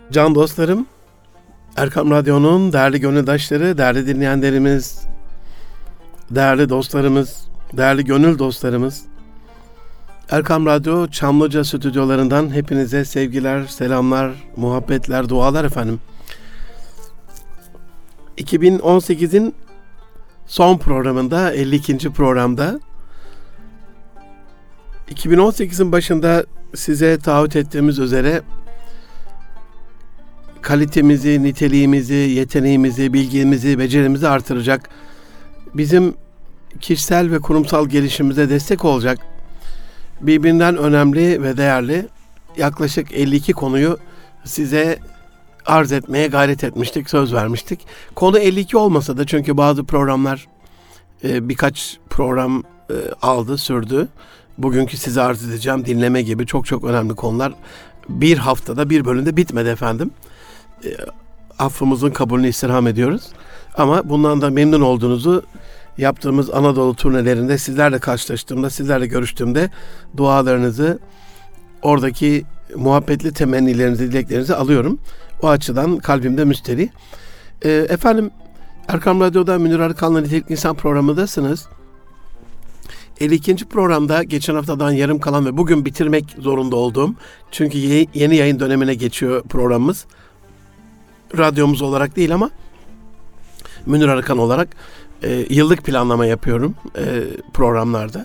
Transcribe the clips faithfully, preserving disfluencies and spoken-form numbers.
Can dostlarım, Erkam Radyo'nun değerli gönüldaşları, değerli dinleyenlerimiz, değerli dostlarımız, değerli gönül dostlarımız, Erkam Radyo Çamlıca stüdyolarından hepinize sevgiler, selamlar, muhabbetler, dualar efendim. iki bin on sekizin son programında, elli ikinci programda, iki bin on sekizin başında size taahhüt ettiğimiz üzere kalitemizi, niteliğimizi, yeteneğimizi, bilgimizi, becerimizi artıracak, bizim kişisel ve kurumsal gelişimimize destek olacak, birbirinden önemli ve değerli yaklaşık elli iki konuyu size arz etmeye gayret etmiştik, söz vermiştik. Konu elli iki olmasa da, çünkü bazı programlar e, birkaç program e, aldı, sürdü. Bugünkü size arz edeceğim dinleme gibi çok çok önemli konular bir haftada, bir bölümde bitmedi efendim. E, affımızın kabulünü istirham ediyoruz. Ama bundan da memnun olduğunuzu, yaptığımız Anadolu turnelerinde sizlerle karşılaştığımda, sizlerle görüştüğümde dualarınızı, oradaki muhabbetli temennilerinizi, dileklerinizi alıyorum. O açıdan kalbimde müsteri. E, efendim, Erkam Radyo'da Münir Arıkan'la Nitelikli İnsan programındasınız. elli ikinci programda geçen haftadan yarım kalan ve bugün bitirmek zorunda olduğum, çünkü yeni yayın dönemine geçiyor programımız. Radyomuz olarak değil ama Münir Arıkan olarak e, yıllık planlama yapıyorum e, programlarda.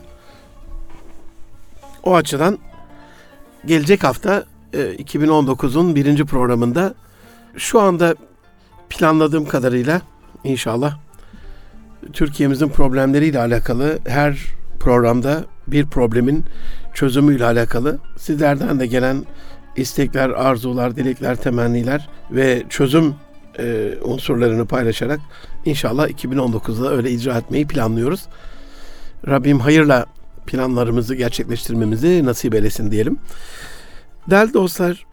O açıdan gelecek hafta e, iki bin on dokuzun birinci programında şu anda planladığım kadarıyla inşallah Türkiye'mizin problemleriyle alakalı, her programda bir problemin çözümüyle alakalı sizlerden de gelen istekler, arzular, dilekler, temenniler ve çözüm e, unsurlarını paylaşarak inşallah iki bin on dokuzda öyle icra etmeyi planlıyoruz. Rabbim hayırla planlarımızı gerçekleştirmemizi nasip eylesin diyelim. Değerli dostlar,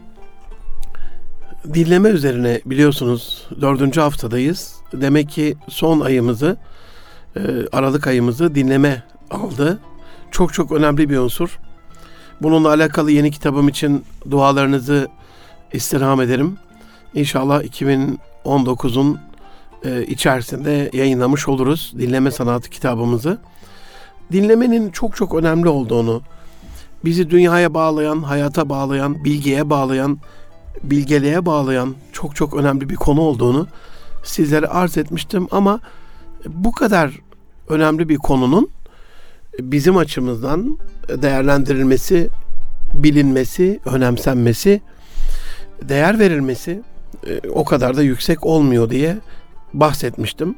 dinleme üzerine biliyorsunuz dördüncü haftadayız. Demek ki son ayımızı, e, Aralık ayımızı dinleme aldı. Çok çok önemli bir unsur. Bununla alakalı yeni kitabım için dualarınızı istirham ederim. İnşallah iki bin on dokuzun e, içerisinde yayınlamış oluruz dinleme sanatı kitabımızı. Dinlemenin çok çok önemli olduğunu, bizi dünyaya bağlayan, hayata bağlayan, bilgiye bağlayan, bilgeliğe bağlayan çok çok önemli bir konu olduğunu sizlere arz etmiştim. Ama bu kadar önemli bir konunun bizim açımızdan değerlendirilmesi, bilinmesi, önemsenmesi, değer verilmesi o kadar da yüksek olmuyor diye bahsetmiştim.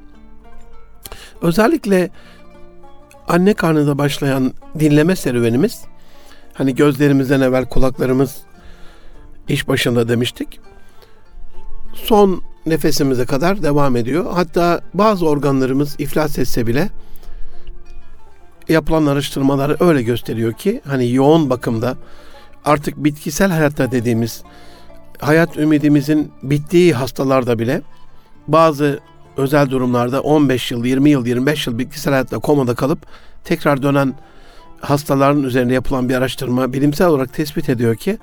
Özellikle anne karnında başlayan dinleme serüvenimiz, hani gözlerimizden evvel kulaklarımız iş başında demiştik, son nefesimize kadar devam ediyor. Hatta bazı organlarımız iflas etse bile yapılan araştırmalar öyle gösteriyor ki, hani yoğun bakımda, artık bitkisel hayatta dediğimiz hayat ümidimizin bittiği hastalarda bile bazı özel durumlarda on beş yıl, yirmi yıl, yirmi beş yıl bitkisel hayatta komada kalıp tekrar dönen hastaların üzerine yapılan bir araştırma bilimsel olarak tespit ediyor ki,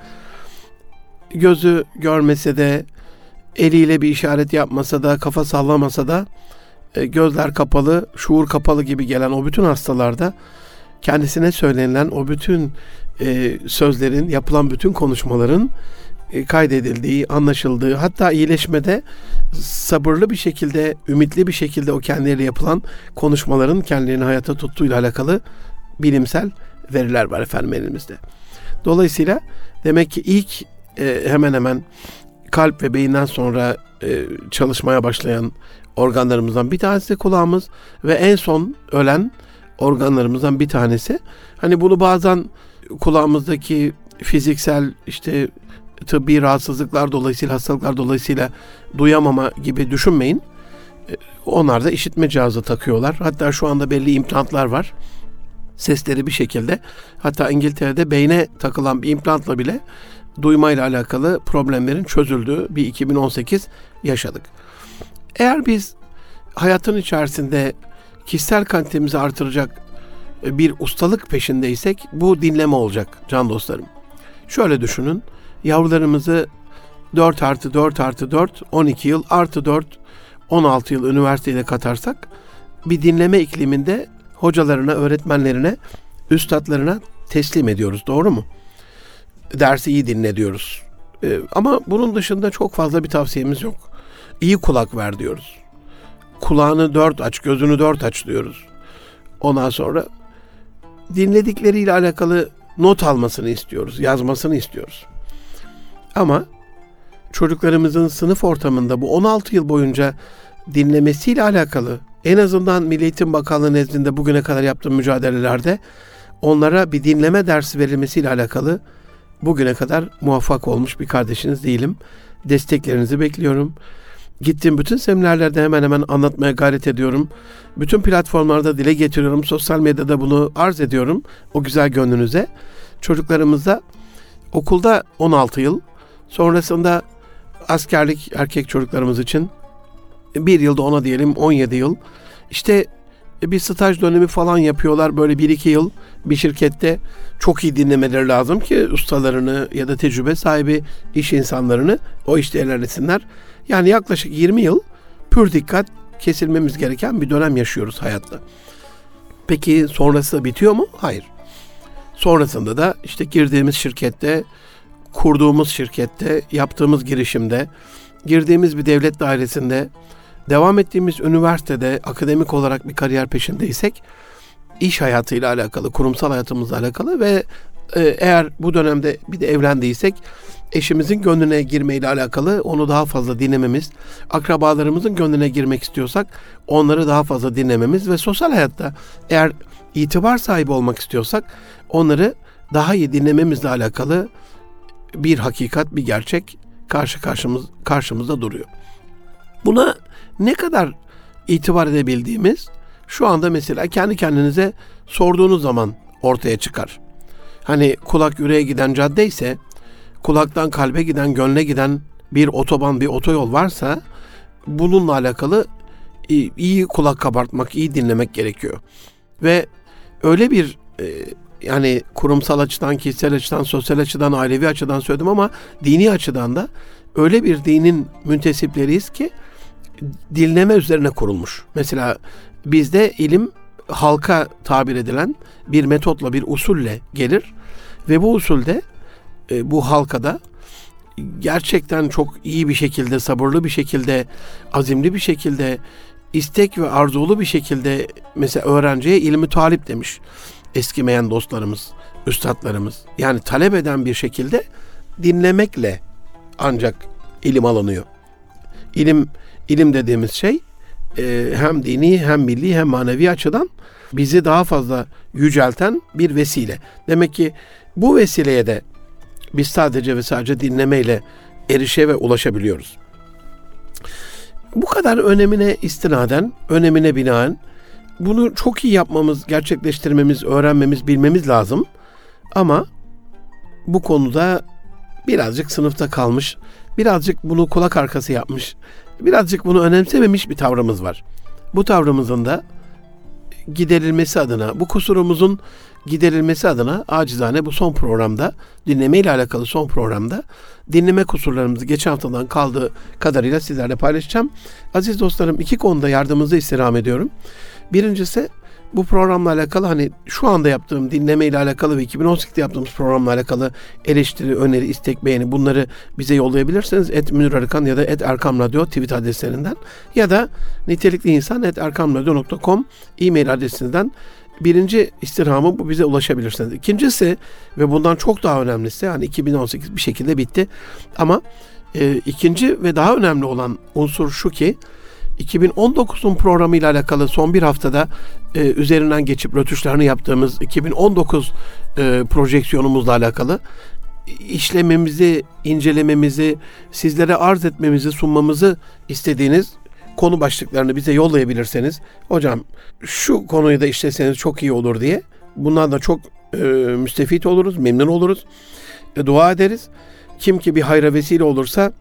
gözü görmese de, eliyle bir işaret yapmasa da, kafa sallamasa da, gözler kapalı, şuur kapalı gibi gelen o bütün hastalarda kendisine söylenilen o bütün e, sözlerin, yapılan bütün konuşmaların e, kaydedildiği, anlaşıldığı, hatta iyileşmede sabırlı bir şekilde, ümitli bir şekilde o kendileriyle yapılan konuşmaların kendilerini hayata tuttuğuyla alakalı bilimsel veriler var efendim elimizde. Dolayısıyla demek ki ilk e, hemen hemen kalp ve beyinden sonra e, çalışmaya başlayan organlarımızdan bir tanesi kulağımız ve en son ölen organlarımızdan bir tanesi. Hani bunu bazen kulağımızdaki fiziksel, işte tıbbi rahatsızlıklar dolayısıyla, hastalıklar dolayısıyla duyamama gibi düşünmeyin. Onlar da işitme cihazı takıyorlar. Hatta şu anda belli implantlar var. Sesleri bir şekilde, hatta İngiltere'de beyne takılan bir implantla bile duymayla alakalı problemlerin çözüldüğü bir iki bin on sekiz yaşadık. Eğer biz hayatın içerisinde kişisel kalitemizi artıracak bir ustalık peşindeysek bu dinleme olacak can dostlarım. Şöyle düşünün, yavrularımızı dört artı dört artı dört, on iki yıl artı dört, on altı yıl üniversiteyle katarsak bir dinleme ikliminde hocalarına, öğretmenlerine, üstadlarına teslim ediyoruz. Doğru mu? Dersi iyi dinle diyoruz. Ee, ama bunun dışında çok fazla bir tavsiyemiz yok. İyi kulak ver diyoruz. Kulağını dört aç, gözünü dört aç diyoruz. Ondan sonra dinledikleriyle alakalı not almasını istiyoruz, yazmasını istiyoruz. Ama çocuklarımızın sınıf ortamında bu on altı yıl boyunca dinlemesiyle alakalı en azından Milli Eğitim Bakanlığı nezdinde bugüne kadar yaptığım mücadelelerde onlara bir dinleme dersi verilmesiyle alakalı bugüne kadar muvaffak olmuş bir kardeşiniz değilim. Desteklerinizi bekliyorum. Gittiğim bütün seminerlerde hemen hemen anlatmaya gayret ediyorum. Bütün platformlarda dile getiriyorum. Sosyal medyada bunu arz ediyorum. O güzel gönlünüze. Çocuklarımıza okulda on altı yıl, sonrasında askerlik erkek çocuklarımız için bir yılda ona diyelim on yedi yıl. İşte bir staj dönemi falan yapıyorlar böyle bir iki yıl bir şirkette. Çok iyi dinlemeleri lazım ki ustalarını ya da tecrübe sahibi iş insanlarını o işte ilerlesinler. Yani yaklaşık yirmi yıl pür dikkat kesilmemiz gereken bir dönem yaşıyoruz hayatta. Peki sonrası da bitiyor mu? Hayır. Sonrasında da işte girdiğimiz şirkette, kurduğumuz şirkette, yaptığımız girişimde, girdiğimiz bir devlet dairesinde, devam ettiğimiz üniversitede akademik olarak bir kariyer peşindeysek, iş hayatıyla alakalı, kurumsal hayatımızla alakalı ve e, eğer bu dönemde bir de evlendiysek, eşimizin gönlüne girmeyle alakalı onu daha fazla dinlememiz, akrabalarımızın gönlüne girmek istiyorsak onları daha fazla dinlememiz ve sosyal hayatta eğer itibar sahibi olmak istiyorsak onları daha iyi dinlememizle alakalı bir hakikat, bir gerçek karşı karşımız karşımızda duruyor. Buna ne kadar itibar edebildiğimiz şu anda mesela kendi kendinize sorduğunuz zaman ortaya çıkar. Hani kulak yüreğe giden cadde ise, kulaktan kalbe giden, gönle giden bir otoban, bir otoyol varsa bununla alakalı iyi, iyi kulak kabartmak, iyi dinlemek gerekiyor. Ve öyle bir e, yani kurumsal açıdan, kişisel açıdan, sosyal açıdan, ailevi açıdan söyledim ama dini açıdan da öyle bir dinin müntesipleriyiz ki dinleme üzerine kurulmuş. Mesela bizde ilim halka tabir edilen bir metotla, bir usulle gelir ve bu usulde e, bu halkada gerçekten çok iyi bir şekilde, sabırlı bir şekilde, azimli bir şekilde, istek ve arzulu bir şekilde mesela öğrenciye ilmi talip demiş eskimeyen dostlarımız, üstadlarımız. Yani talep eden bir şekilde dinlemekle ancak ilim alınıyor. İlim, ilim dediğimiz şey e, hem dini hem milli hem manevi açıdan bizi daha fazla yücelten bir vesile. Demek ki bu vesileye de biz sadece ve sadece dinlemeyle erişe ve ulaşabiliyoruz. Bu kadar önemine istinaden, önemine binaen bunu çok iyi yapmamız, gerçekleştirmemiz, öğrenmemiz, bilmemiz lazım. Ama bu konuda birazcık sınıfta kalmış, birazcık bunu kulak arkası yapmış, birazcık bunu önemsememiş bir tavrımız var. Bu tavrımızın da giderilmesi adına, bu kusurumuzun giderilmesi adına acizane bu son programda, dinleme ile alakalı son programda dinleme kusurlarımızı geçen haftadan kaldığı kadarıyla sizlerle paylaşacağım. Aziz dostlarım, iki konuda yardımınızı istirham ediyorum. Birincisi bu programla alakalı, hani şu anda yaptığım dinleme ile alakalı ve iki bin on sekizde yaptığımız programla alakalı eleştiri, öneri, istek, beğeni bunları bize yollayabilirsiniz. et münir arıkan ya da et erkam radyo tweet adreslerinden ya da nitelikli insan et erkam radyo nokta com e-mail adresinden. Birinci istirhamı bu, bize ulaşabilirsiniz. İkincisi ve bundan çok daha önemlisi, hani iki bin on sekiz bir şekilde bitti ama e, ikinci ve daha önemli olan unsur şu ki iki bin on dokuzun programıyla alakalı son bir haftada e, üzerinden geçip rötuşlarını yaptığımız iki bin on dokuz e, projeksiyonumuzla alakalı işlememizi, incelememizi, sizlere arz etmemizi, sunmamızı istediğiniz konu başlıklarını bize yollayabilirseniz, hocam şu konuyu da işleseniz çok iyi olur diye, bundan da çok e, müstefit oluruz, memnun oluruz, e, dua ederiz. Kim ki bir hayra vesile olursa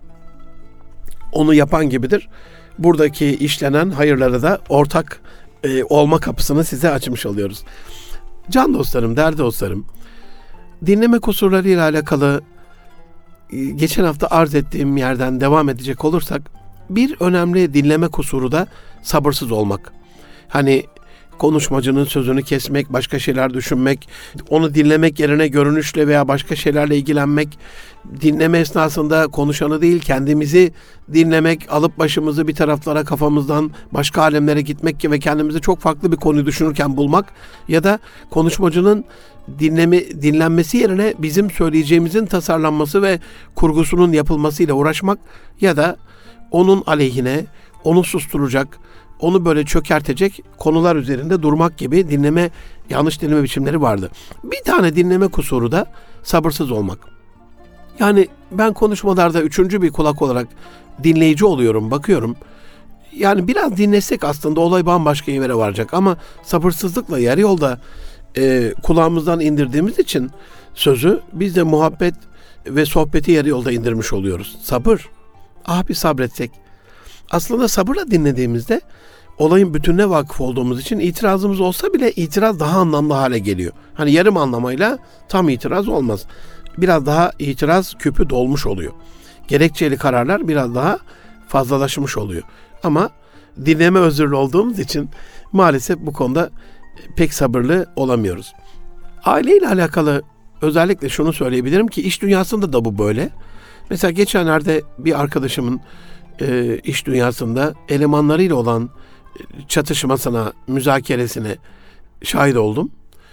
onu yapan gibidir. Buradaki işlenen hayırlara da ortak e, olma kapısını size açmış oluyoruz. Can dostlarım, değerli dostlarım, dinleme kusurlarıyla alakalı geçen hafta arz ettiğim yerden devam edecek olursak, bir önemli dinleme kusuru da sabırsız olmak. Hani konuşmacının sözünü kesmek, başka şeyler düşünmek, onu dinlemek yerine görünüşle veya başka şeylerle ilgilenmek, dinleme esnasında konuşanı değil kendimizi dinlemek, alıp başımızı bir taraflara, kafamızdan başka alemlere gitmek ve kendimizi çok farklı bir konuyu düşünürken bulmak ya da konuşmacının dinleme, dinlenmesi yerine bizim söyleyeceğimizin tasarlanması ve kurgusunun yapılmasıyla uğraşmak ya da onun aleyhine, onu susturacak, onu böyle çökertecek konular üzerinde durmak gibi dinleme, yanlış dinleme biçimleri vardı. Bir tane dinleme kusuru da sabırsız olmak. Yani ben konuşmalarda üçüncü bir kulak olarak dinleyici oluyorum, bakıyorum. Yani biraz dinlesek aslında olay bambaşka yere varacak ama sabırsızlıkla yarı yolda e, kulağımızdan indirdiğimiz için sözü biz de muhabbet ve sohbeti yarı yolda indirmiş oluyoruz. Sabır. Ah bir sabretsek. Aslında sabırla dinlediğimizde olayın bütününe vakıf olduğumuz için itirazımız olsa bile itiraz daha anlamlı hale geliyor. Hani yarım anlamayla tam itiraz olmaz. Biraz daha itiraz küpü dolmuş oluyor. Gerekçeli kararlar biraz daha fazlalaşmış oluyor. Ama dinleme özürlü olduğumuz için maalesef bu konuda pek sabırlı olamıyoruz. Aileyle alakalı özellikle şunu söyleyebilirim ki iş dünyasında da bu böyle. Mesela geçenlerde bir arkadaşımın e, iş dünyasında elemanlarıyla olan çatışmasına, müzakeresine şahit oldum.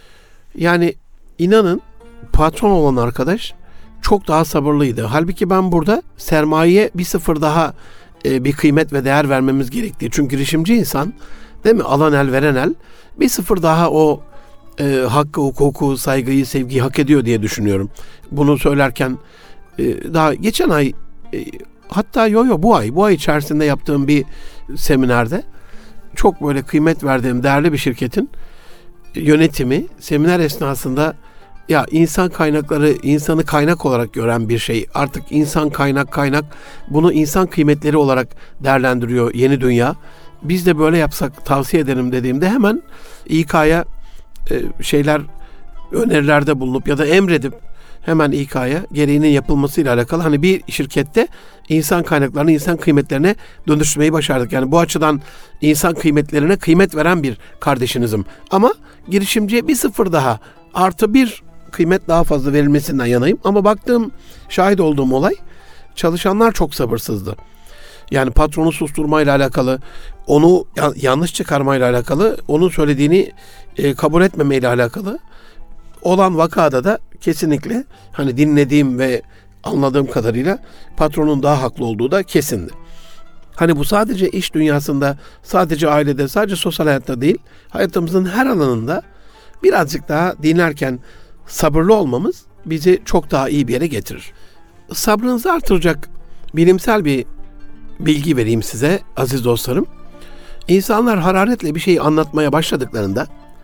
Yani inanın patron olan arkadaş çok daha sabırlıydı. Halbuki ben burada sermayeye bir sıfır daha e, bir kıymet ve değer vermemiz gerektiği. Çünkü girişimci insan, değil mi? Alan el veren el bir sıfır daha o e, hakkı, hukuku, saygıyı, sevgiyi hak ediyor diye düşünüyorum. Bunu söylerken e, daha geçen ay e, hatta yo yo bu ay bu ay içerisinde yaptığım bir seminerde çok böyle kıymet verdiğim değerli bir şirketin yönetimi seminer esnasında ya insan kaynakları insanı kaynak olarak gören bir şey. Artık insan kaynak kaynak bunu insan kıymetleri olarak değerlendiriyor yeni dünya. Biz de böyle yapsak tavsiye ederim dediğimde hemen İK'ya e, şeyler önerilerde bulunup ya da emredip hemen İK'ya gereğinin yapılmasıyla alakalı hani bir şirkette insan kaynaklarını insan kıymetlerine dönüştürmeyi başardık. Yani bu açıdan insan kıymetlerine kıymet veren bir kardeşinizim. Ama girişimciye bir sıfır daha artı bir kıymet daha fazla verilmesinden yanayım. Ama baktığım, şahit olduğum olay çalışanlar çok sabırsızdı. Yani patronu susturmayla alakalı, onu yanlış çıkarmayla alakalı, onun söylediğini e, kabul etmemeyle alakalı olan vakada da kesinlikle hani dinlediğim ve anladığım kadarıyla patronun daha haklı olduğu da kesindi. Hani bu sadece iş dünyasında, sadece ailede, sadece sosyal hayatta değil, hayatımızın her alanında birazcık daha dinlerken sabırlı olmamız bizi çok daha iyi bir yere getirir. Sabrınızı artıracak bilimsel bir bilgi vereyim size aziz dostlarım. İnsanlar hararetle bir şeyi anlatmaya başladıklarında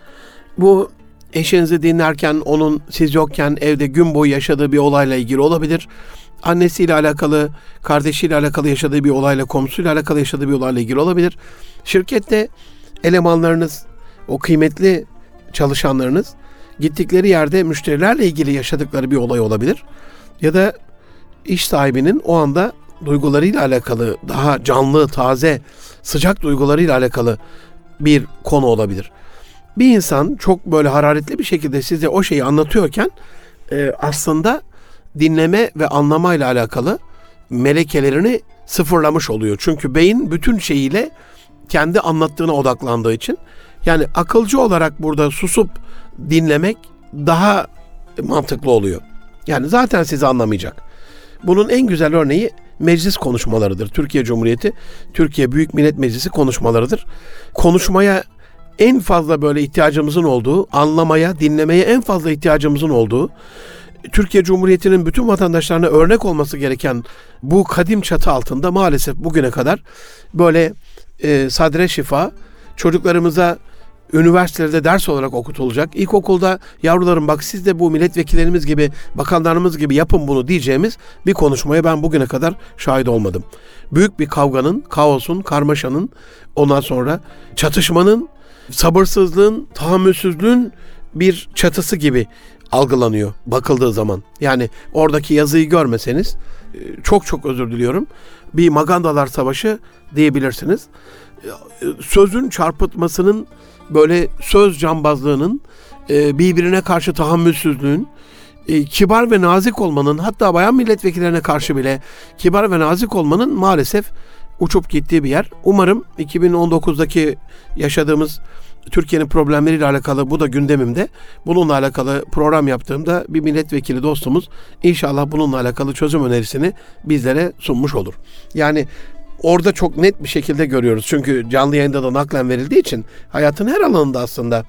bu eşinizi dinlerken onun siz yokken evde gün boyu yaşadığı bir olayla ilgili olabilir. Annesiyle alakalı, kardeşiyle alakalı yaşadığı bir olayla, komşusuyla alakalı yaşadığı bir olayla ilgili olabilir. Şirkette elemanlarınız, o kıymetli çalışanlarınız gittikleri yerde müşterilerle ilgili yaşadıkları bir olay olabilir. Ya da iş sahibinin o anda duygularıyla alakalı, daha canlı, taze, sıcak duygularıyla alakalı bir konu olabilir. Bir insan çok böyle hararetli bir şekilde size o şeyi anlatıyorken e, aslında dinleme ve anlamayla alakalı melekelerini sıfırlamış oluyor. Çünkü beyin bütün şeyiyle kendi anlattığına odaklandığı için yani akılcı olarak burada susup dinlemek daha mantıklı oluyor. Yani zaten sizi anlamayacak. Bunun en güzel örneği meclis konuşmalarıdır. Türkiye Cumhuriyeti, Türkiye Büyük Millet Meclisi konuşmalarıdır. Konuşmaya en fazla böyle ihtiyacımızın olduğu, anlamaya, dinlemeye en fazla ihtiyacımızın olduğu, Türkiye Cumhuriyeti'nin bütün vatandaşlarına örnek olması gereken bu kadim çatı altında maalesef bugüne kadar böyle e, sadre şifa, çocuklarımıza üniversitelerde ders olarak okutulacak, İlkokulda yavrularım bak siz de bu milletvekillerimiz gibi, bakanlarımız gibi yapın bunu diyeceğimiz bir konuşmaya ben bugüne kadar şahit olmadım. Büyük bir kavganın, kaosun, karmaşanın, ondan sonra çatışmanın, sabırsızlığın, tahammülsüzlüğün bir çatısı gibi algılanıyor bakıldığı zaman. Yani oradaki yazıyı görmeseniz çok çok özür diliyorum. Bir Magandalar Savaşı diyebilirsiniz. Sözün çarpıtmasının, böyle söz cambazlığının, birbirine karşı tahammülsüzlüğün, kibar ve nazik olmanın, hatta bayan milletvekillerine karşı bile kibar ve nazik olmanın maalesef uçup gittiği bir yer. Umarım iki bin on dokuzdaki yaşadığımız Türkiye'nin problemleriyle alakalı, bu da gündemimde, bununla alakalı program yaptığımda bir milletvekili dostumuz inşallah bununla alakalı çözüm önerisini bizlere sunmuş olur. Yani orada çok net bir şekilde görüyoruz. Çünkü canlı yayında da naklen verildiği için hayatın her alanında aslında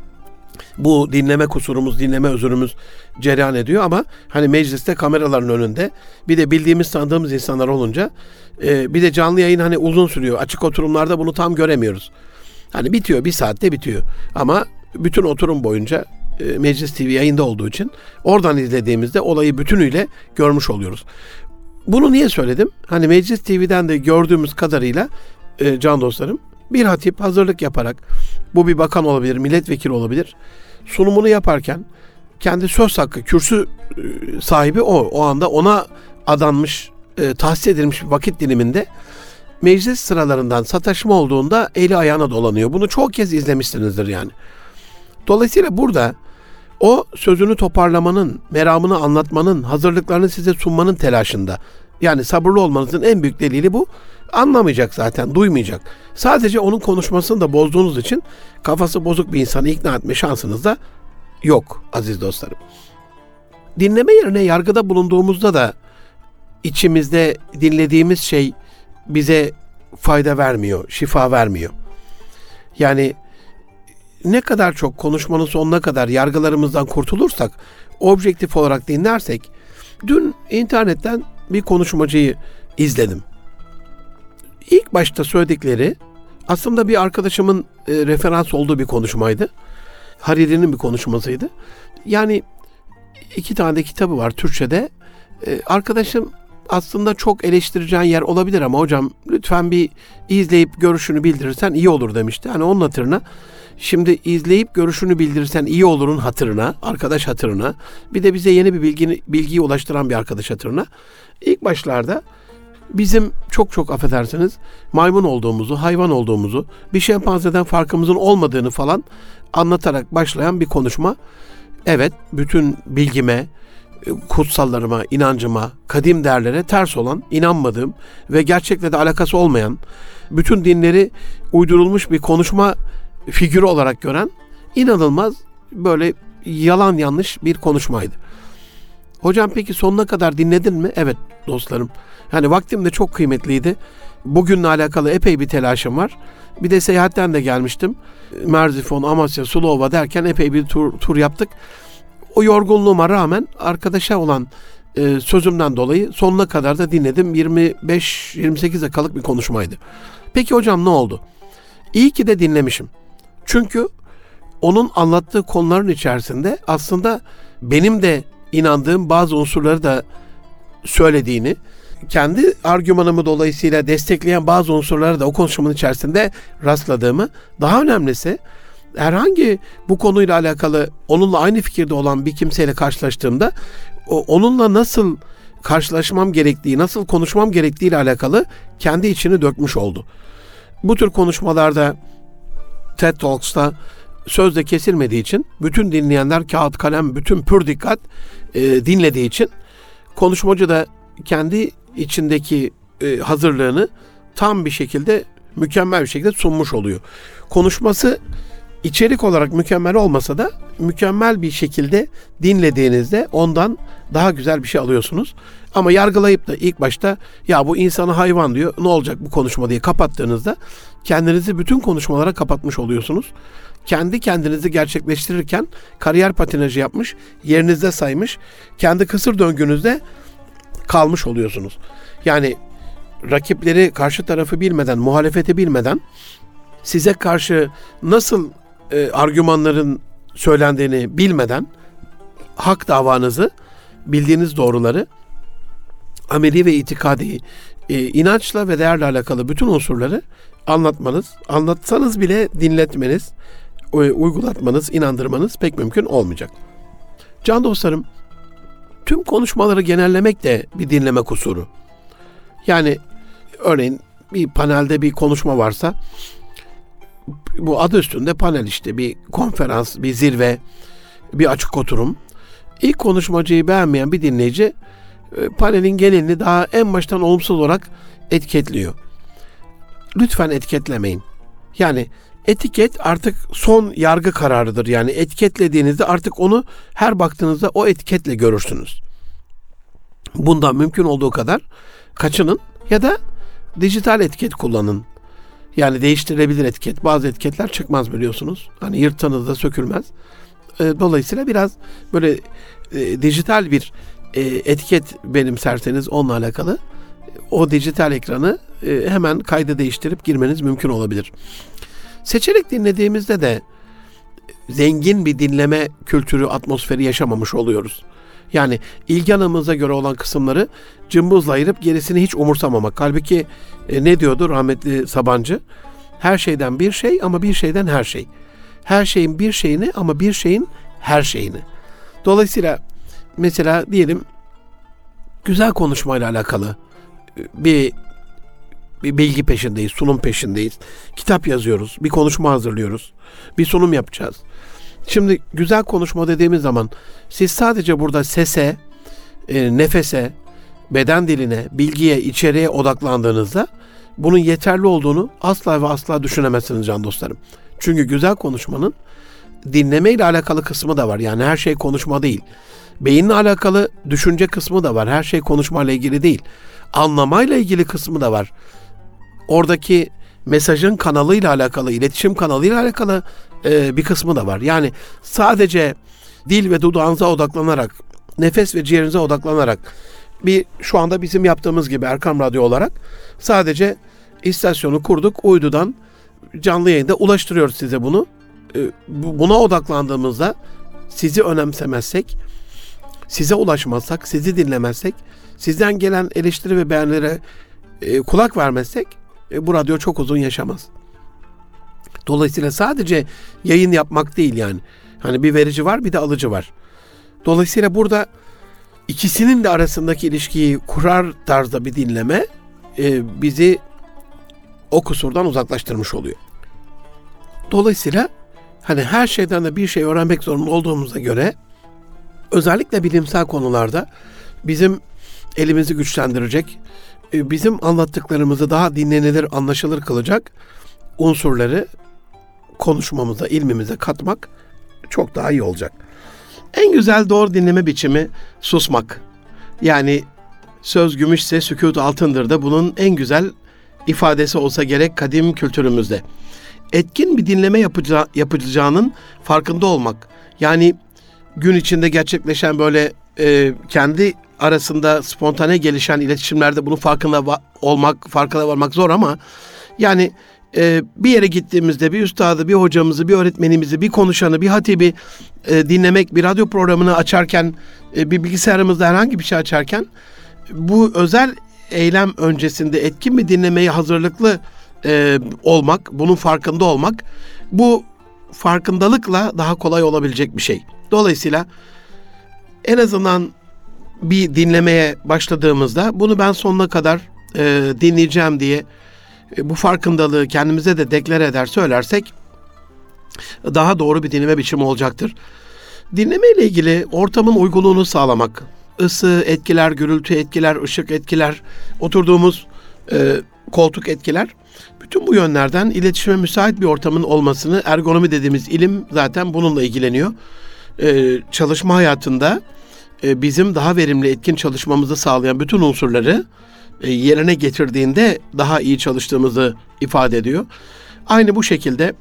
bu dinleme kusurumuz, dinleme özürümüz cereyan ediyor. Ama hani mecliste kameraların önünde, bir de bildiğimiz, tanıdığımız insanlar olunca, e, bir de canlı yayın hani uzun sürüyor. Açık oturumlarda bunu tam göremiyoruz. Hani bitiyor, bir saatte bitiyor. Ama bütün oturum boyunca e, Meclis T V yayında olduğu için oradan izlediğimizde olayı bütünüyle görmüş oluyoruz. Bunu niye söyledim? Hani Meclis T V'den de gördüğümüz kadarıyla e, can dostlarım, bir hatip hazırlık yaparak, bu bir bakan olabilir, milletvekili olabilir, sunumunu yaparken kendi söz hakkı, kürsü e, sahibi o. O anda ona adanmış, e, tahsis edilmiş bir vakit diliminde meclis sıralarından sataşma olduğunda eli ayağına dolanıyor. Bunu çok kez izlemişsinizdir yani. Dolayısıyla burada o sözünü toparlamanın, meramını anlatmanın, hazırlıklarını size sunmanın telaşında. Yani sabırlı olmanızın en büyük delili bu. Anlamayacak zaten, duymayacak. Sadece onun konuşmasını da bozduğunuz için kafası bozuk bir insanı ikna etme şansınız da yok aziz dostlarım. Dinleme yerine yargıda bulunduğumuzda da içimizde dinlediğimiz şey bize fayda vermiyor, şifa vermiyor. Yani ne kadar çok konuşmanın sonuna kadar yargılarımızdan kurtulursak, objektif olarak dinlersek, dün internetten bir konuşmacıyı izledim. İlk başta söyledikleri aslında bir arkadaşımın e, referans olduğu bir konuşmaydı. Hariri'nin bir konuşmasıydı. Yani iki tane de kitabı var Türkçe'de. E, arkadaşım aslında çok eleştireceğin yer olabilir ama hocam lütfen bir izleyip görüşünü bildirirsen iyi olur demişti. Hani onun hatırına, şimdi izleyip görüşünü bildirirsen iyi olurun hatırına, arkadaş hatırına, bir de bize yeni bir bilgi, bilgiyi ulaştıran bir arkadaş hatırına, ilk başlarda bizim çok çok affedersiniz maymun olduğumuzu, hayvan olduğumuzu, bir şempanzeden farkımızın olmadığını falan anlatarak başlayan bir konuşma. Evet, bütün bilgime, kutsallarıma, inancıma, kadim değerlere ters olan, inanmadığım ve gerçekle de alakası olmayan, bütün dinleri uydurulmuş bir konuşma figürü olarak gören, inanılmaz böyle yalan yanlış bir konuşmaydı. Hocam peki sonuna kadar dinledin mi? Evet dostlarım. Yani vaktim de çok kıymetliydi. Bugünle alakalı epey bir telaşım var. Bir de seyahatten de gelmiştim. Merzifon, Amasya, Sulova derken epey bir tur, tur yaptık. O yorgunluğuma rağmen arkadaşa olan e, sözümden dolayı sonuna kadar da dinledim. yirmi beş yirmi sekiz dakikalık bir konuşmaydı. Peki hocam ne oldu? İyi ki de dinlemişim. Çünkü onun anlattığı konuların içerisinde aslında benim de inandığım bazı unsurları da söylediğini, kendi argümanımı dolayısıyla destekleyen bazı unsurları da o konuşmanın içerisinde rastladığımı, daha önemlisi herhangi bu konuyla alakalı onunla aynı fikirde olan bir kimseyle karşılaştığımda onunla nasıl karşılaşmam gerektiği, nasıl konuşmam gerektiği ile alakalı kendi içini dökmüş oldu. Bu tür konuşmalarda, TED Talks'ta sözde kesilmediği için, bütün dinleyenler kağıt kalem, bütün pür dikkat e, dinlediği için konuşmacı da kendi içindeki e, hazırlığını tam bir şekilde, mükemmel bir şekilde sunmuş oluyor. Konuşması içerik olarak mükemmel olmasa da mükemmel bir şekilde dinlediğinizde ondan daha güzel bir şey alıyorsunuz. Ama yargılayıp da ilk başta ya bu insanı hayvan diyor, ne olacak bu konuşma diye kapattığınızda kendinizi bütün konuşmalara kapatmış oluyorsunuz. Kendi kendinizi gerçekleştirirken kariyer patinajı yapmış, yerinizde saymış, kendi kısır döngünüzde kalmış oluyorsunuz. Yani rakipleri, karşı tarafı bilmeden, muhalefeti bilmeden size karşı nasıl e, argümanların söylendiğini bilmeden hak davanızı, bildiğiniz doğruları, ameli ve itikadi e, inançla ve değerle alakalı bütün unsurları anlatmanız, anlatsanız bile dinletmeniz, uygulatmanız, inandırmanız pek mümkün olmayacak. Can dostlarım, tüm konuşmaları genellemek de bir dinleme kusuru. Yani örneğin bir panelde bir konuşma varsa, bu adı üstünde panel işte, bir konferans, bir zirve, bir açık oturum. İlk konuşmacıyı beğenmeyen bir dinleyici panelin genelini daha en baştan olumsuz olarak etiketliyor. Lütfen etiketlemeyin. Yani etiket artık son yargı kararıdır. Yani etiketlediğinizde artık onu her baktığınızda o etiketle görürsünüz. Bundan mümkün olduğu kadar kaçının ya da dijital etiket kullanın. Yani değiştirilebilir etiket. Bazı etiketler çıkmaz biliyorsunuz. Hani yırtsanız da sökülmez. Dolayısıyla biraz böyle e, dijital bir e, etiket benimserseniz onunla alakalı o dijital ekranı e, hemen kaydı değiştirip girmeniz mümkün olabilir. Seçerek dinlediğimizde de zengin bir dinleme kültürü, atmosferi yaşamamış oluyoruz. Yani ilgi alanımıza göre olan kısımları cımbızla ayırıp gerisini hiç umursamamak. Halbuki e, ne diyordu rahmetli Sabancı? Her şeyden bir şey ama bir şeyden her şey. Her şeyin bir şeyini ama bir şeyin her şeyini. Dolayısıyla mesela diyelim güzel konuşmayla alakalı bir, bir bilgi peşindeyiz, sunum peşindeyiz. Kitap yazıyoruz, bir konuşma hazırlıyoruz, bir sunum yapacağız. Şimdi güzel konuşma dediğimiz zaman siz sadece burada sese, e, nefese, beden diline, bilgiye, içeriğe odaklandığınızda bunun yeterli olduğunu asla ve asla düşünemezsiniz can dostlarım. Çünkü güzel konuşmanın dinleme ile alakalı kısmı da var. Yani her şey konuşma değil. Beyinle alakalı düşünce kısmı da var. Her şey konuşmayla ilgili değil. Anlamayla ilgili kısmı da var. Oradaki mesajın kanalıyla alakalı, iletişim kanalıyla alakalı e, bir kısmı da var. Yani sadece dil ve dudağınıza odaklanarak, nefes ve ciğerinize odaklanarak bir şu anda bizim yaptığımız gibi Erkam Radyo olarak sadece istasyonu kurduk, uydudan canlı yayında ulaştırıyoruz size bunu. Buna odaklandığımızda sizi önemsemezsek, size ulaşmazsak, sizi dinlemezsek, sizden gelen eleştiri ve beğenilere e, kulak vermezsek e, bu radyo çok uzun yaşamaz. Dolayısıyla sadece yayın yapmak değil yani. Hani bir verici var, bir de alıcı var. Dolayısıyla burada ikisinin de arasındaki ilişkiyi kurar tarzda bir dinleme e, bizi o kusurdan uzaklaştırmış oluyor. Dolayısıyla hani her şeyden de bir şey öğrenmek zorunda olduğumuza göre özellikle bilimsel konularda bizim elimizi güçlendirecek, bizim anlattıklarımızı daha dinlenilir, anlaşılır kılacak unsurları konuşmamıza, ilmimize katmak çok daha iyi olacak. En güzel doğru dinleme biçimi susmak. Yani söz gümüşse sükût altındır da bunun en güzel ifadesi olsa gerek kadim kültürümüzde. Etkin bir dinleme yapacağı, yapılacağının farkında olmak. Yani gün içinde gerçekleşen böyle e, kendi arasında spontane gelişen iletişimlerde bunun farkında va- olmak, farkına varmak zor ama yani e, bir yere gittiğimizde bir üstadı, bir hocamızı, bir öğretmenimizi, bir konuşanı, bir hatibi e, dinlemek, bir radyo programını açarken, e, bir bilgisayarımızda herhangi bir şey açarken bu özel eylem öncesinde etkin bir dinlemeye hazırlıklı e, olmak, bunun farkında olmak, bu farkındalıkla daha kolay olabilecek bir şey. Dolayısıyla en azından bir dinlemeye başladığımızda bunu ben sonuna kadar e, dinleyeceğim diye e, bu farkındalığı kendimize de deklare eder söylersek daha doğru bir dinleme biçimi olacaktır. Dinleme ile ilgili ortamın uygunluğunu sağlamak, ısı etkiler, gürültü etkiler, ışık etkiler, oturduğumuz e, koltuk etkiler. Bütün bu yönlerden iletişime müsait bir ortamın olmasını, ergonomi dediğimiz ilim zaten bununla ilgileniyor. Ee, çalışma hayatında e, bizim daha verimli, etkin çalışmamızı sağlayan bütün unsurları e, yerine getirdiğinde daha iyi çalıştığımızı ifade ediyor. Aynı bu şekilde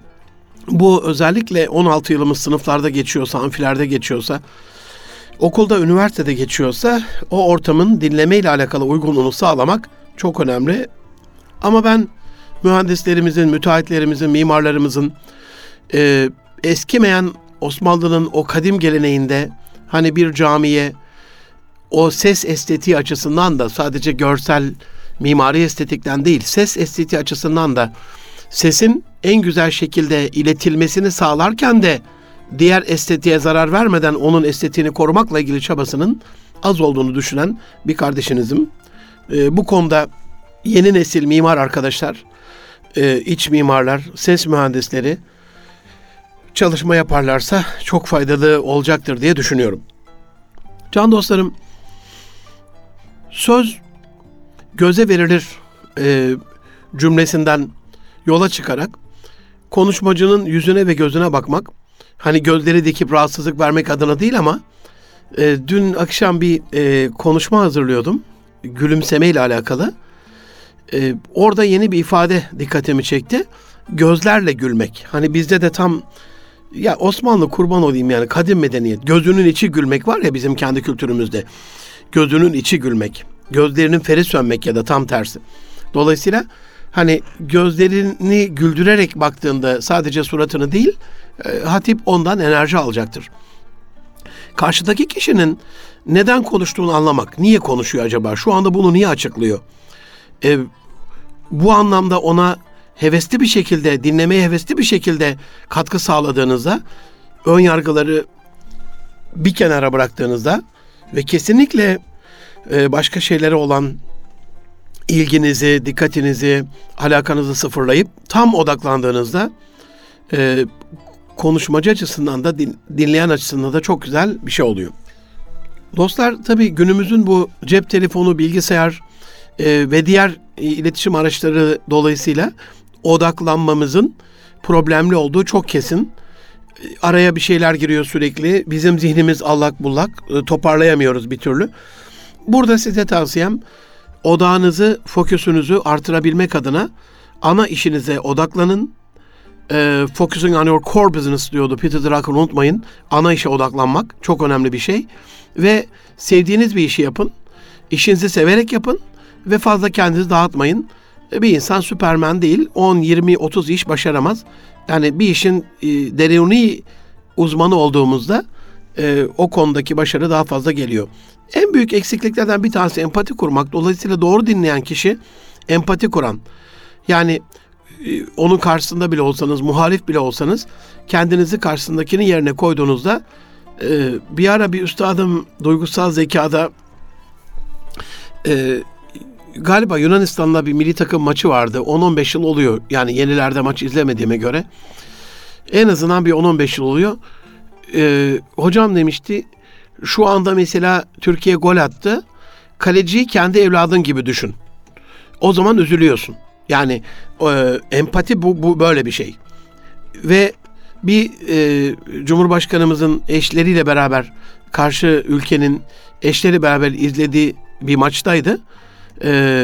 bu özellikle on altı yılımız sınıflarda geçiyorsa, amfilerde geçiyorsa, okulda, üniversitede geçiyorsa o ortamın dinleme ile alakalı uygunluğunu sağlamak çok önemli. Ama ben mühendislerimizin, müteahhitlerimizin, mimarlarımızın e, eskimeyen Osmanlı'nın o kadim geleneğinde hani bir camiye o ses estetiği açısından da sadece görsel mimari estetikten değil, ses estetiği açısından da sesin en güzel şekilde iletilmesini sağlarken de diğer estetiğe zarar vermeden onun estetiğini korumakla ilgili çabasının az olduğunu düşünen bir kardeşinizim. E, bu konuda yeni nesil mimar arkadaşlar, e, iç mimarlar, ses mühendisleri çalışma yaparlarsa çok faydalı olacaktır diye düşünüyorum. Can dostlarım, söz göze verilir e, cümlesinden yola çıkarak konuşmacının yüzüne ve gözüne bakmak, hani gözleri dikip rahatsızlık vermek adına değil ama e, dün akşam bir e, konuşma hazırlıyordum gülümseme ile alakalı. E, orada yeni bir ifade dikkatimi çekti. Gözlerle gülmek. Hani bizde de tam ya Osmanlı kurban olayım yani kadim medeniyet. Gözünün içi gülmek var ya bizim kendi kültürümüzde. Gözünün içi gülmek. Gözlerinin feri sönmek ya da tam tersi. Dolayısıyla hani gözlerini güldürerek baktığında sadece suratını değil, e, hatip ondan enerji alacaktır. Karşıdaki kişinin neden konuştuğunu anlamak. Niye konuşuyor acaba? Şu anda bunu niye açıklıyor? E, bu anlamda ona hevesli bir şekilde, dinlemeye hevesli bir şekilde katkı sağladığınızda, ön yargıları bir kenara bıraktığınızda ve kesinlikle e, başka şeylere olan ilginizi, dikkatinizi, alakanızı sıfırlayıp tam odaklandığınızda e, konuşmacı açısından da din, dinleyen açısından da çok güzel bir şey oluyor. Dostlar, tabii günümüzün bu cep telefonu, bilgisayar e, ve diğer e, iletişim araçları dolayısıyla odaklanmamızın problemli olduğu çok kesin. E, araya bir şeyler giriyor sürekli. Bizim zihnimiz allak bullak, e, toparlayamıyoruz bir türlü. Burada size tavsiyem, odağınızı, fokusunuzu artırabilmek adına ana işinize odaklanın. E, focusing on your core business diyordu Peter Drucker, unutmayın. Ana işe odaklanmak çok önemli bir şey. Ve sevdiğiniz bir işi yapın. İşinizi severek yapın ve fazla kendinizi dağıtmayın. E, bir insan Süperman değil. on, yirmi, otuz iş başaramaz. Yani bir işin e, deruni uzmanı olduğumuzda e, o konudaki başarı daha fazla geliyor. En büyük eksikliklerden bir tanesi empati kurmak. Dolayısıyla doğru dinleyen kişi empati kuran. Yani e, onun karşısında bile olsanız, muhalif bile olsanız kendinizi karşısındakinin yerine koyduğunuzda e, bir ara bir üstadım duygusal zekada e, galiba Yunanistan'la bir milli takım maçı vardı. on on beş yıl oluyor. Yani yenilerde maç izlemediğime göre. En azından bir on on beş yıl oluyor. E, hocam demişti, şu anda mesela Türkiye gol attı. Kaleciyi kendi evladın gibi düşün. O zaman üzülüyorsun. Yani e, empati bu, bu böyle bir şey. Ve bir e, Cumhurbaşkanımızın eşleriyle beraber karşı ülkenin eşleri beraber izlediği bir maçtaydı. E,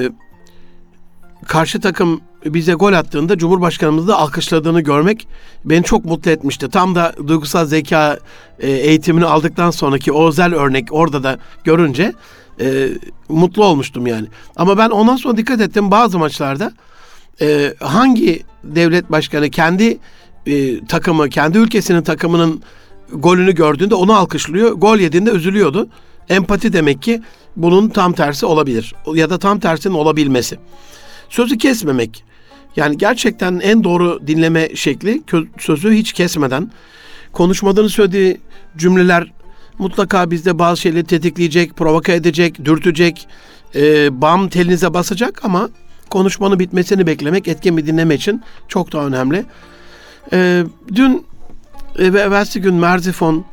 karşı takım bize gol attığında Cumhurbaşkanımızı da alkışladığını görmek beni çok mutlu etmişti. Tam da duygusal zeka e, eğitimini aldıktan sonraki o özel örnek orada da görünce e, mutlu olmuştum yani. Ama ben ondan sonra dikkat ettim, bazı maçlarda e, hangi devlet başkanı kendi e, takımı, kendi ülkesinin takımının golünü gördüğünde onu alkışlıyor, gol yediğinde üzülüyordu. Empati demek ki bunun tam tersi olabilir ya da tam tersinin olabilmesi. Sözü kesmemek. Yani gerçekten en doğru dinleme şekli sözü hiç kesmeden. Konuşmadığını söylediği cümleler mutlaka bizde bazı şeyleri tetikleyecek, provoke edecek, dürtecek, e, bam telinize basacak ama konuşmanın bitmesini beklemek etkin bir dinleme için çok daha önemli. E, dün e, ve evvelsi gün Merzifon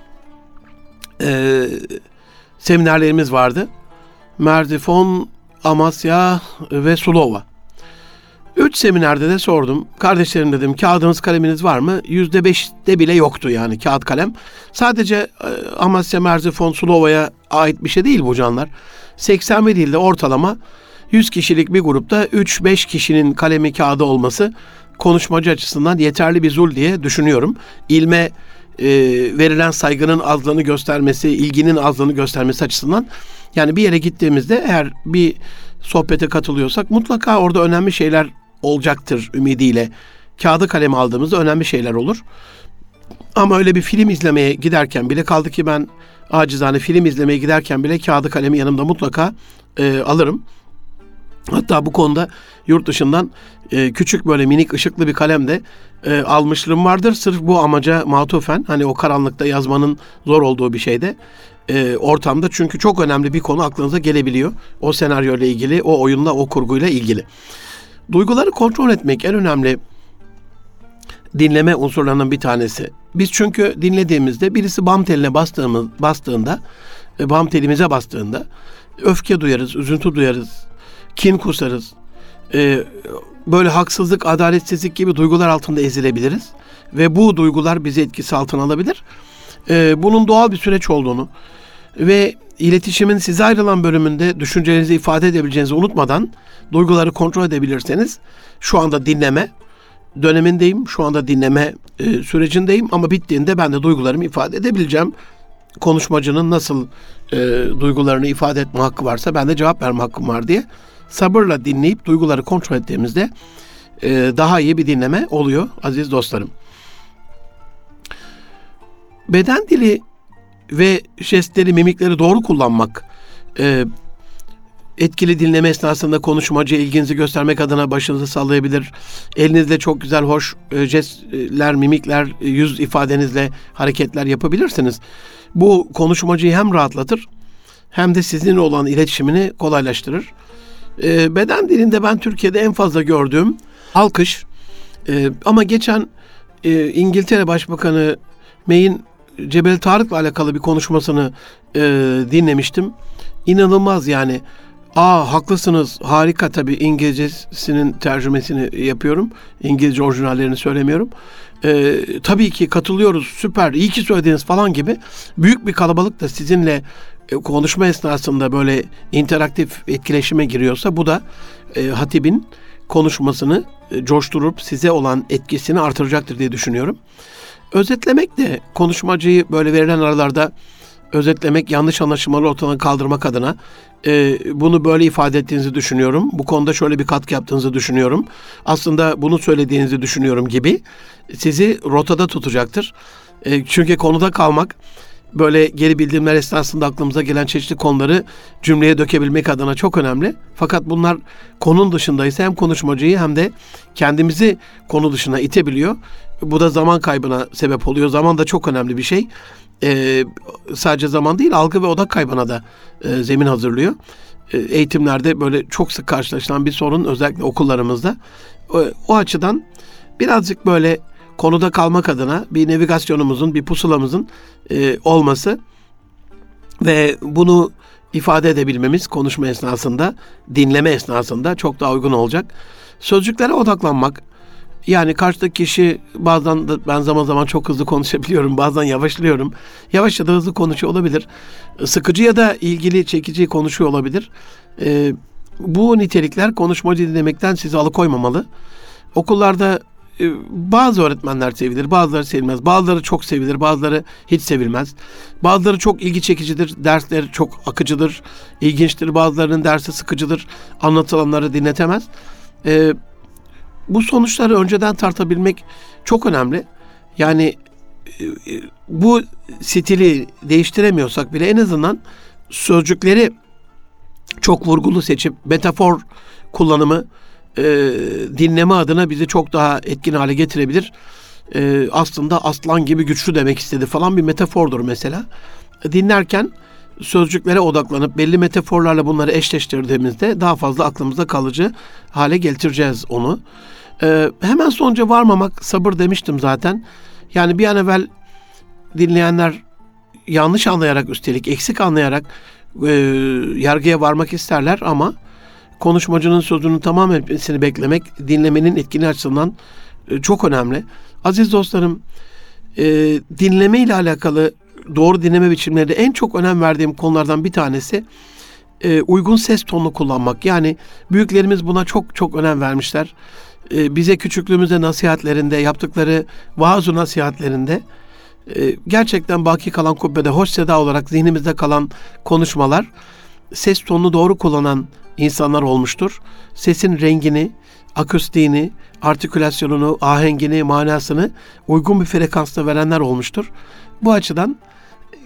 e, seminerlerimiz vardı. Merzifon, Amasya ve Sulova. Üç seminerde de sordum. Kardeşlerim dedim, kağıdınız kaleminiz var mı? Yüzde beşte bile yoktu yani kağıt kalem. Sadece e, Amasya, Merzifon, Sulova'ya ait bir şey değil bu canlar. seksen bir ilde ortalama yüz kişilik bir grupta üç beş kişinin kalemi kağıdı olması konuşmacı açısından yeterli bir zul diye düşünüyorum. İlme e, verilen saygının azlığını göstermesi, ilginin azlığını göstermesi açısından. Yani bir yere gittiğimizde eğer bir sohbete katılıyorsak mutlaka orada önemli şeyler olacaktır ümidiyle. Kağıdı kalemi aldığımızda önemli şeyler olur. Ama öyle bir film izlemeye giderken bile, kaldı ki ben acizane film izlemeye giderken bile kağıdı kalemi yanımda mutlaka e, alırım. Hatta bu konuda yurt dışından e, küçük böyle minik ışıklı bir kalem de e, almışlığım vardır. Sırf bu amaca matufen, hani o karanlıkta yazmanın zor olduğu bir şeyde e, ortamda, çünkü çok önemli bir konu aklınıza gelebiliyor. O senaryoyla ilgili, o oyunla, o kurguyla ilgili. Duyguları kontrol etmek en önemli dinleme unsurlarının bir tanesi. Biz çünkü dinlediğimizde birisi bam teline bastığımız, bastığında, e, bam telimize bastığında öfke duyarız, üzüntü duyarız, kin kusarız. Ee, böyle haksızlık, adaletsizlik gibi duygular altında ezilebiliriz. Ve bu duygular bizi etkisi altına alabilir. Ee, bunun doğal bir süreç olduğunu ve iletişimin size ayrılan bölümünde düşüncelerinizi ifade edebileceğinizi unutmadan duyguları kontrol edebilirseniz, şu anda dinleme dönemindeyim, şu anda dinleme e, sürecindeyim ama bittiğinde ben de duygularımı ifade edebileceğim. Konuşmacının nasıl e, duygularını ifade etme hakkı varsa ben de cevap verme hakkım var diye sabırla dinleyip duyguları kontrol ettiğimizde e, daha iyi bir dinleme oluyor aziz dostlarım. Beden dili ve jestleri, mimikleri doğru kullanmak, e, etkili dinleme esnasında konuşmacıya ilginizi göstermek adına başınızı sallayabilir. Elinizle çok güzel, hoş e, jestler, mimikler, e, yüz ifadenizle hareketler yapabilirsiniz. Bu konuşmacıyı hem rahatlatır hem de sizinle olan iletişimini kolaylaştırır. E, beden dilinde ben Türkiye'de en fazla gördüğüm alkış. E, ama geçen e, İngiltere Başbakanı May'in Cebel Tarık'la alakalı bir konuşmasını e, dinlemiştim. İnanılmaz yani. Aa, haklısınız, harika, tabii İngilizcesinin tercümesini yapıyorum. İngilizce orijinallerini söylemiyorum. Ee, tabii ki katılıyoruz, süper, iyi ki söylediniz falan gibi büyük bir kalabalık da sizinle e, konuşma esnasında böyle interaktif etkileşime giriyorsa, bu da e, hatibin konuşmasını e, coşturup size olan etkisini artıracaktır diye düşünüyorum. Özetlemek de, konuşmacıyı böyle verilen aralarda özetlemek, yanlış anlaşılmaları ortadan kaldırmak adına e, bunu böyle ifade ettiğinizi düşünüyorum. Bu konuda şöyle bir katkı yaptığınızı düşünüyorum. Aslında bunu söylediğinizi düşünüyorum gibi sizi rotada tutacaktır. E, çünkü konuda kalmak, böyle geri bildirimler esnasında aklımıza gelen çeşitli konuları cümleye dökebilmek adına çok önemli. Fakat bunlar konunun dışındaysa hem konuşmacıyı hem de kendimizi konu dışına itebiliyor. Bu da zaman kaybına sebep oluyor. Zaman da çok önemli bir şey. Ee, sadece zaman değil, algı ve odak kaybına da e, zemin hazırlıyor. E, eğitimlerde böyle çok sık karşılaşılan bir sorun, özellikle okullarımızda. O, o açıdan birazcık böyle konuda kalmak adına bir navigasyonumuzun, bir pusulamızın e, olması ve bunu ifade edebilmemiz konuşma esnasında, dinleme esnasında çok daha uygun olacak. Sözcüklere odaklanmak. Yani karşıdaki kişi, bazen de ben zaman zaman çok hızlı konuşabiliyorum, bazen yavaşlıyorum. Yavaş ya da hızlı konuşuyor olabilir. Sıkıcı ya da ilgili, çekici konuşuyor olabilir. Ee, bu nitelikler konuşmacı dinlemekten sizi alıkoymamalı. Okullarda e, bazı öğretmenler sevilir, bazıları sevilmez. Bazıları çok sevilir, bazıları hiç sevilmez. Bazıları çok ilgi çekicidir, dersleri çok akıcıdır, ilginçtir. Bazılarının dersi sıkıcıdır, anlatılanları dinletemez. Ee, Bu sonuçları önceden tartabilmek çok önemli. Yani bu stili değiştiremiyorsak bile en azından sözcükleri çok vurgulu seçip metafor kullanımı e, dinleme adına bizi çok daha etkin hale getirebilir. E, aslında aslan gibi güçlü demek istedi falan bir metafordur mesela. Dinlerken sözcüklere odaklanıp belli metaforlarla bunları eşleştirdiğimizde daha fazla aklımızda kalıcı hale getireceğiz onu. Ee, hemen sonuca varmamak, sabır demiştim zaten. Yani bir an evvel dinleyenler yanlış anlayarak, üstelik eksik anlayarak e, yargıya varmak isterler ama konuşmacının sözünün tamam etmesini beklemek dinlemenin etkinliği açısından e, çok önemli. Aziz dostlarım, e, dinleme ile alakalı doğru dinleme biçimleri en çok önem verdiğim konulardan bir tanesi e, uygun ses tonunu kullanmak. Yani büyüklerimiz buna çok çok önem vermişler. E, bize küçüklüğümüzde nasihatlerinde, yaptıkları vaaz-ı nasihatlerinde e, gerçekten baki kalan kubbede hoş seda olarak zihnimizde kalan konuşmalar, ses tonunu doğru kullanan insanlar olmuştur. Sesin rengini, akustiğini, artikülasyonunu, ahengini, manasını uygun bir frekansta verenler olmuştur. Bu açıdan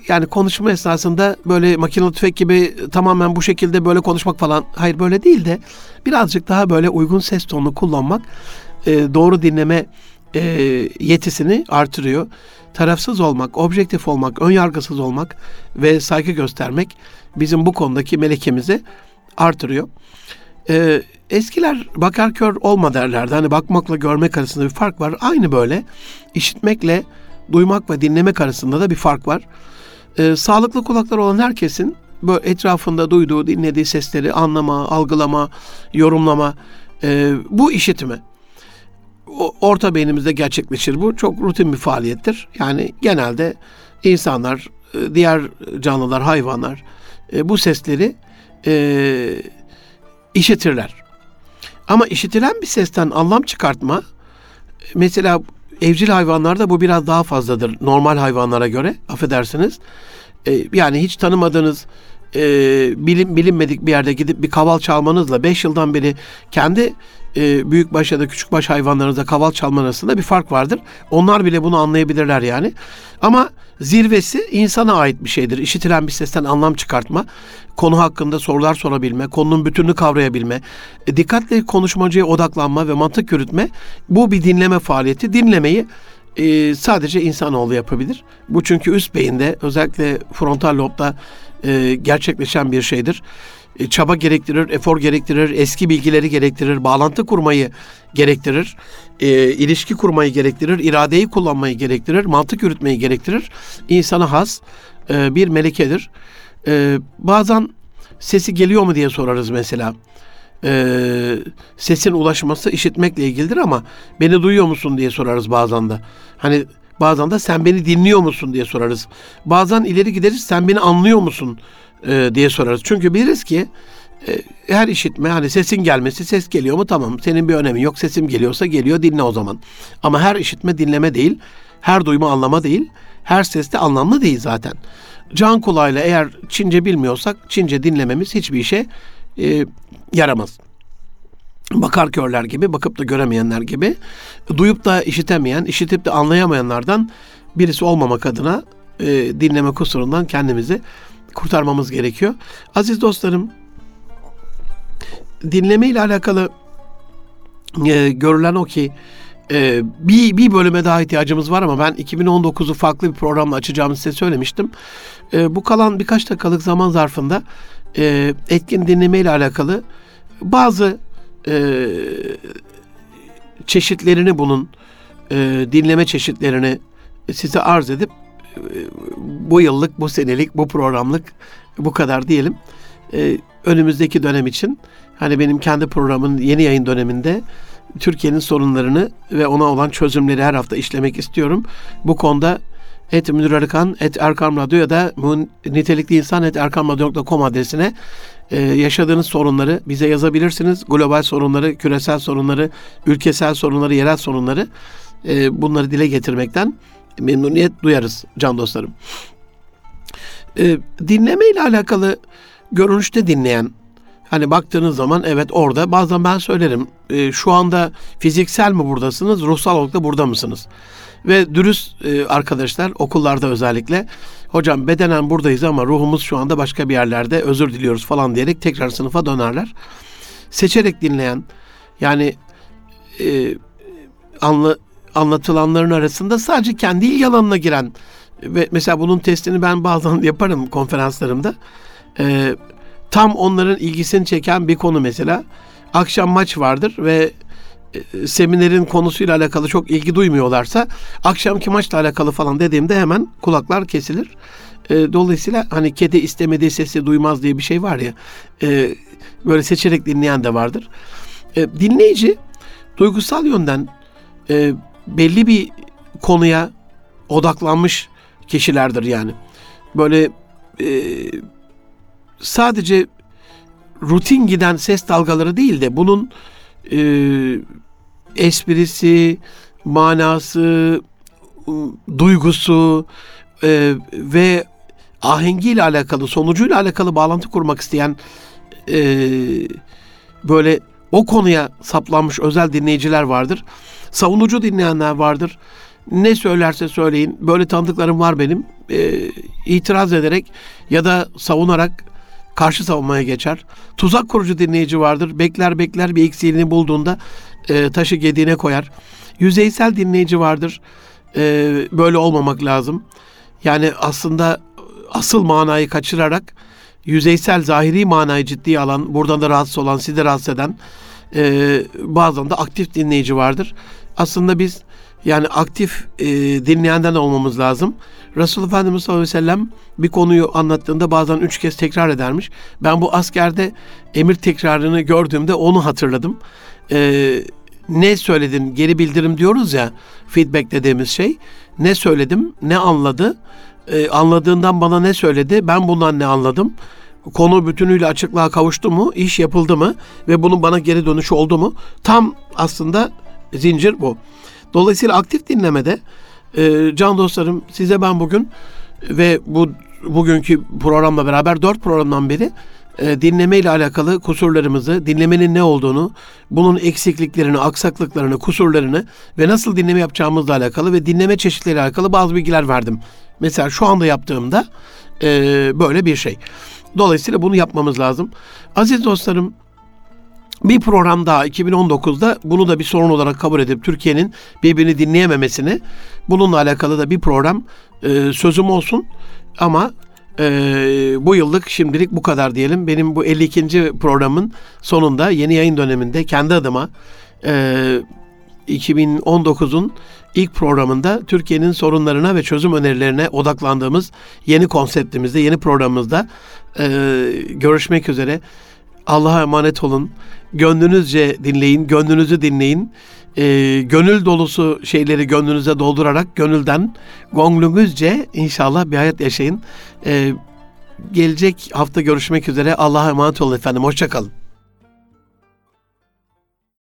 Yani konuşma esnasında böyle makinalı tüfek gibi tamamen bu şekilde böyle konuşmak falan, hayır böyle değil de birazcık daha böyle uygun ses tonunu kullanmak e, doğru dinleme e, yetisini artırıyor. Tarafsız olmak, objektif olmak, ön yargısız olmak ve saygı göstermek bizim bu konudaki melekemizi artırıyor. E, eskiler bakar kör olma derlerdi. Hani bakmakla görmek arasında bir fark var. Aynı böyle işitmekle duymak ve dinlemek arasında da bir fark var. Ee, sağlıklı kulaklar olan herkesin böyle etrafında duyduğu, dinlediği sesleri anlama, algılama, yorumlama, e, bu işitme. O, orta beynimizde gerçekleşir bu. Çok rutin bir faaliyettir. Yani genelde insanlar, diğer canlılar, hayvanlar e, bu sesleri e, işitirler. Ama işitilen bir sesten anlam çıkartma, mesela evcil hayvanlarda bu biraz daha fazladır normal hayvanlara göre, affedersiniz. Ee, yani hiç tanımadığınız, e, bilin, bilinmedik bir yerde gidip bir kaval çalmanızla beş yıldan beri kendi e, büyükbaş ya da küçükbaş hayvanlarınıza kaval çalma arasında bir fark vardır. Onlar bile bunu anlayabilirler yani. Ama zirvesi insana ait bir şeydir. İşitilen bir sesten anlam çıkartma, konu hakkında sorular sorabilme, konunun bütününü kavrayabilme, e, dikkatle konuşmacıya odaklanma ve mantık yürütme, bu bir dinleme faaliyeti. Dinlemeyi e, sadece insanoğlu yapabilir. Bu çünkü üst beyinde, özellikle frontal lobda e, gerçekleşen bir şeydir. E, çaba gerektirir, efor gerektirir, eski bilgileri gerektirir, bağlantı kurmayı gerektirir, e, ilişki kurmayı gerektirir, iradeyi kullanmayı gerektirir, mantık yürütmeyi gerektirir. İnsana has e, bir melekedir. E, bazen sesi geliyor mu diye sorarız mesela. E, sesin ulaşması işitmekle ilgilidir ama beni duyuyor musun diye sorarız bazen de. Hani bazen de sen beni dinliyor musun diye sorarız. Bazen ileri gideriz, sen beni anlıyor musun e, diye sorarız. Çünkü biliriz ki e, her işitme, hani sesin gelmesi, ses geliyor mu tamam, senin bir önemi yok, sesim geliyorsa geliyor, dinle o zaman. Ama her işitme dinleme değil, her duyma anlama değil, her ses de anlamlı değil zaten. Can kulağıyla eğer Çince bilmiyorsak Çince dinlememiz hiçbir işe e, yaramaz. Bakar körler gibi, bakıp da göremeyenler gibi, duyup da işitemeyen, işitip de anlayamayanlardan birisi olmamak adına e, dinleme kusurundan kendimizi kurtarmamız gerekiyor. Aziz dostlarım, dinleme ile alakalı e, görülen o ki e, bir, bir bölüme daha ihtiyacımız var ama ben iki bin on dokuzu farklı bir programla açacağımı size söylemiştim. E, bu kalan birkaç dakikalık zaman zarfında e, etkin dinleme ile alakalı bazı e, çeşitlerini, bunun e, dinleme çeşitlerini size arz edip e, bu yıllık, bu senelik, bu programlık bu kadar diyelim. E, önümüzdeki dönem için, hani benim kendi programın yeni yayın döneminde Türkiye'nin sorunlarını ve ona olan çözümleri her hafta işlemek istiyorum. Bu konuda et Münir Arıkan, et Erkam Radyo ya da nitelikli insan et erkam radyo nokta com adresine e, yaşadığınız sorunları bize yazabilirsiniz. Global sorunları, küresel sorunları, ülkesel sorunları, yerel sorunları, e, bunları dile getirmekten memnuniyet duyarız can dostlarım. E, dinleme ile alakalı görünüşte dinleyen, hani baktığınız zaman evet orada, bazen ben söylerim e, şu anda fiziksel mi buradasınız, ruhsal olarak da burada mısınız? Ve dürüst e, arkadaşlar okullarda özellikle, hocam bedenen buradayız ama ruhumuz şu anda başka bir yerlerde, özür diliyoruz falan diyerek tekrar sınıfa dönerler. Seçerek dinleyen, yani e, anla, anlatılanların arasında sadece kendi ilgi alanına giren ve mesela bunun testini ben bazen yaparım konferanslarımda. E, tam onların ilgisini çeken bir konu mesela. Akşam maç vardır ve e, seminerin konusuyla alakalı çok ilgi duymuyorlarsa, akşamki maçla alakalı falan dediğimde hemen kulaklar kesilir. E, dolayısıyla hani kedi istemediği sesi duymaz diye bir şey var ya, e, böyle seçerek dinleyen de vardır. E, dinleyici duygusal yönden e, belli bir konuya odaklanmış kişilerdir yani. Böyle e, sadece rutin giden ses dalgaları değil de bunun e, esprisi, manası, duygusu e, ve ahengiyle alakalı, sonucuyla alakalı bağlantı kurmak isteyen, e, böyle o konuya saplanmış özel dinleyiciler vardır. Savunucu dinleyenler vardır. Ne söylerse söyleyin, böyle tanıdıklarım var benim, e, itiraz ederek ya da savunarak karşı savunmaya geçer. Tuzak kurucu dinleyici vardır. Bekler bekler bir eksiğini bulduğunda e, taşı gediğine koyar. Yüzeysel dinleyici vardır. E, böyle olmamak lazım. Yani aslında asıl manayı kaçırarak yüzeysel, zahiri manayı ciddiye alan, buradan da rahatsız olan, sizi de rahatsız eden e, bazen de aktif dinleyici vardır. Aslında biz yani aktif e, dinleyenden olmamız lazım. Resulullah Efendimiz sallallahu aleyhi ve sellem bir konuyu anlattığında bazen üç kez tekrar edermiş. Ben bu askerde emir tekrarını gördüğümde onu hatırladım. E, ne söyledin, geri bildirim diyoruz ya, feedback dediğimiz şey. Ne söyledim, ne anladı, e, anladığından bana ne söyledi, ben bundan ne anladım, konu bütünüyle açıklığa kavuştu mu, iş yapıldı mı ve bunun bana geri dönüşü oldu mu? Tam aslında zincir bu. Dolayısıyla aktif dinlemede e, can dostlarım, size ben bugün ve bu bugünkü programla beraber dört programdan beri e, dinleme ile alakalı kusurlarımızı, dinlemenin ne olduğunu, bunun eksikliklerini, aksaklıklarını, kusurlarını ve nasıl dinleme yapacağımızla alakalı ve dinleme çeşitleriyle alakalı bazı bilgiler verdim. Mesela şu anda yaptığımda e, böyle bir şey. Dolayısıyla bunu yapmamız lazım. Aziz dostlarım, bir program daha iki bin on dokuzda bunu da bir sorun olarak kabul edip Türkiye'nin birbirini dinleyememesini, bununla alakalı da bir program e, sözüm olsun ama e, bu yıllık şimdilik bu kadar diyelim. Benim bu elli ikinci programın sonunda yeni yayın döneminde kendi adıma e, iki bin on dokuzun ilk programında Türkiye'nin sorunlarına ve çözüm önerilerine odaklandığımız yeni konseptimizde, yeni programımızda e, görüşmek üzere. Allah'a emanet olun. Gönlünüzce dinleyin, gönlünüzü dinleyin. Ee, gönül dolusu şeyleri gönlünüze doldurarak gönülden, gönlünüzce inşallah bir hayat yaşayın. Ee, gelecek hafta görüşmek üzere. Allah'a emanet olun efendim. Hoşça kalın.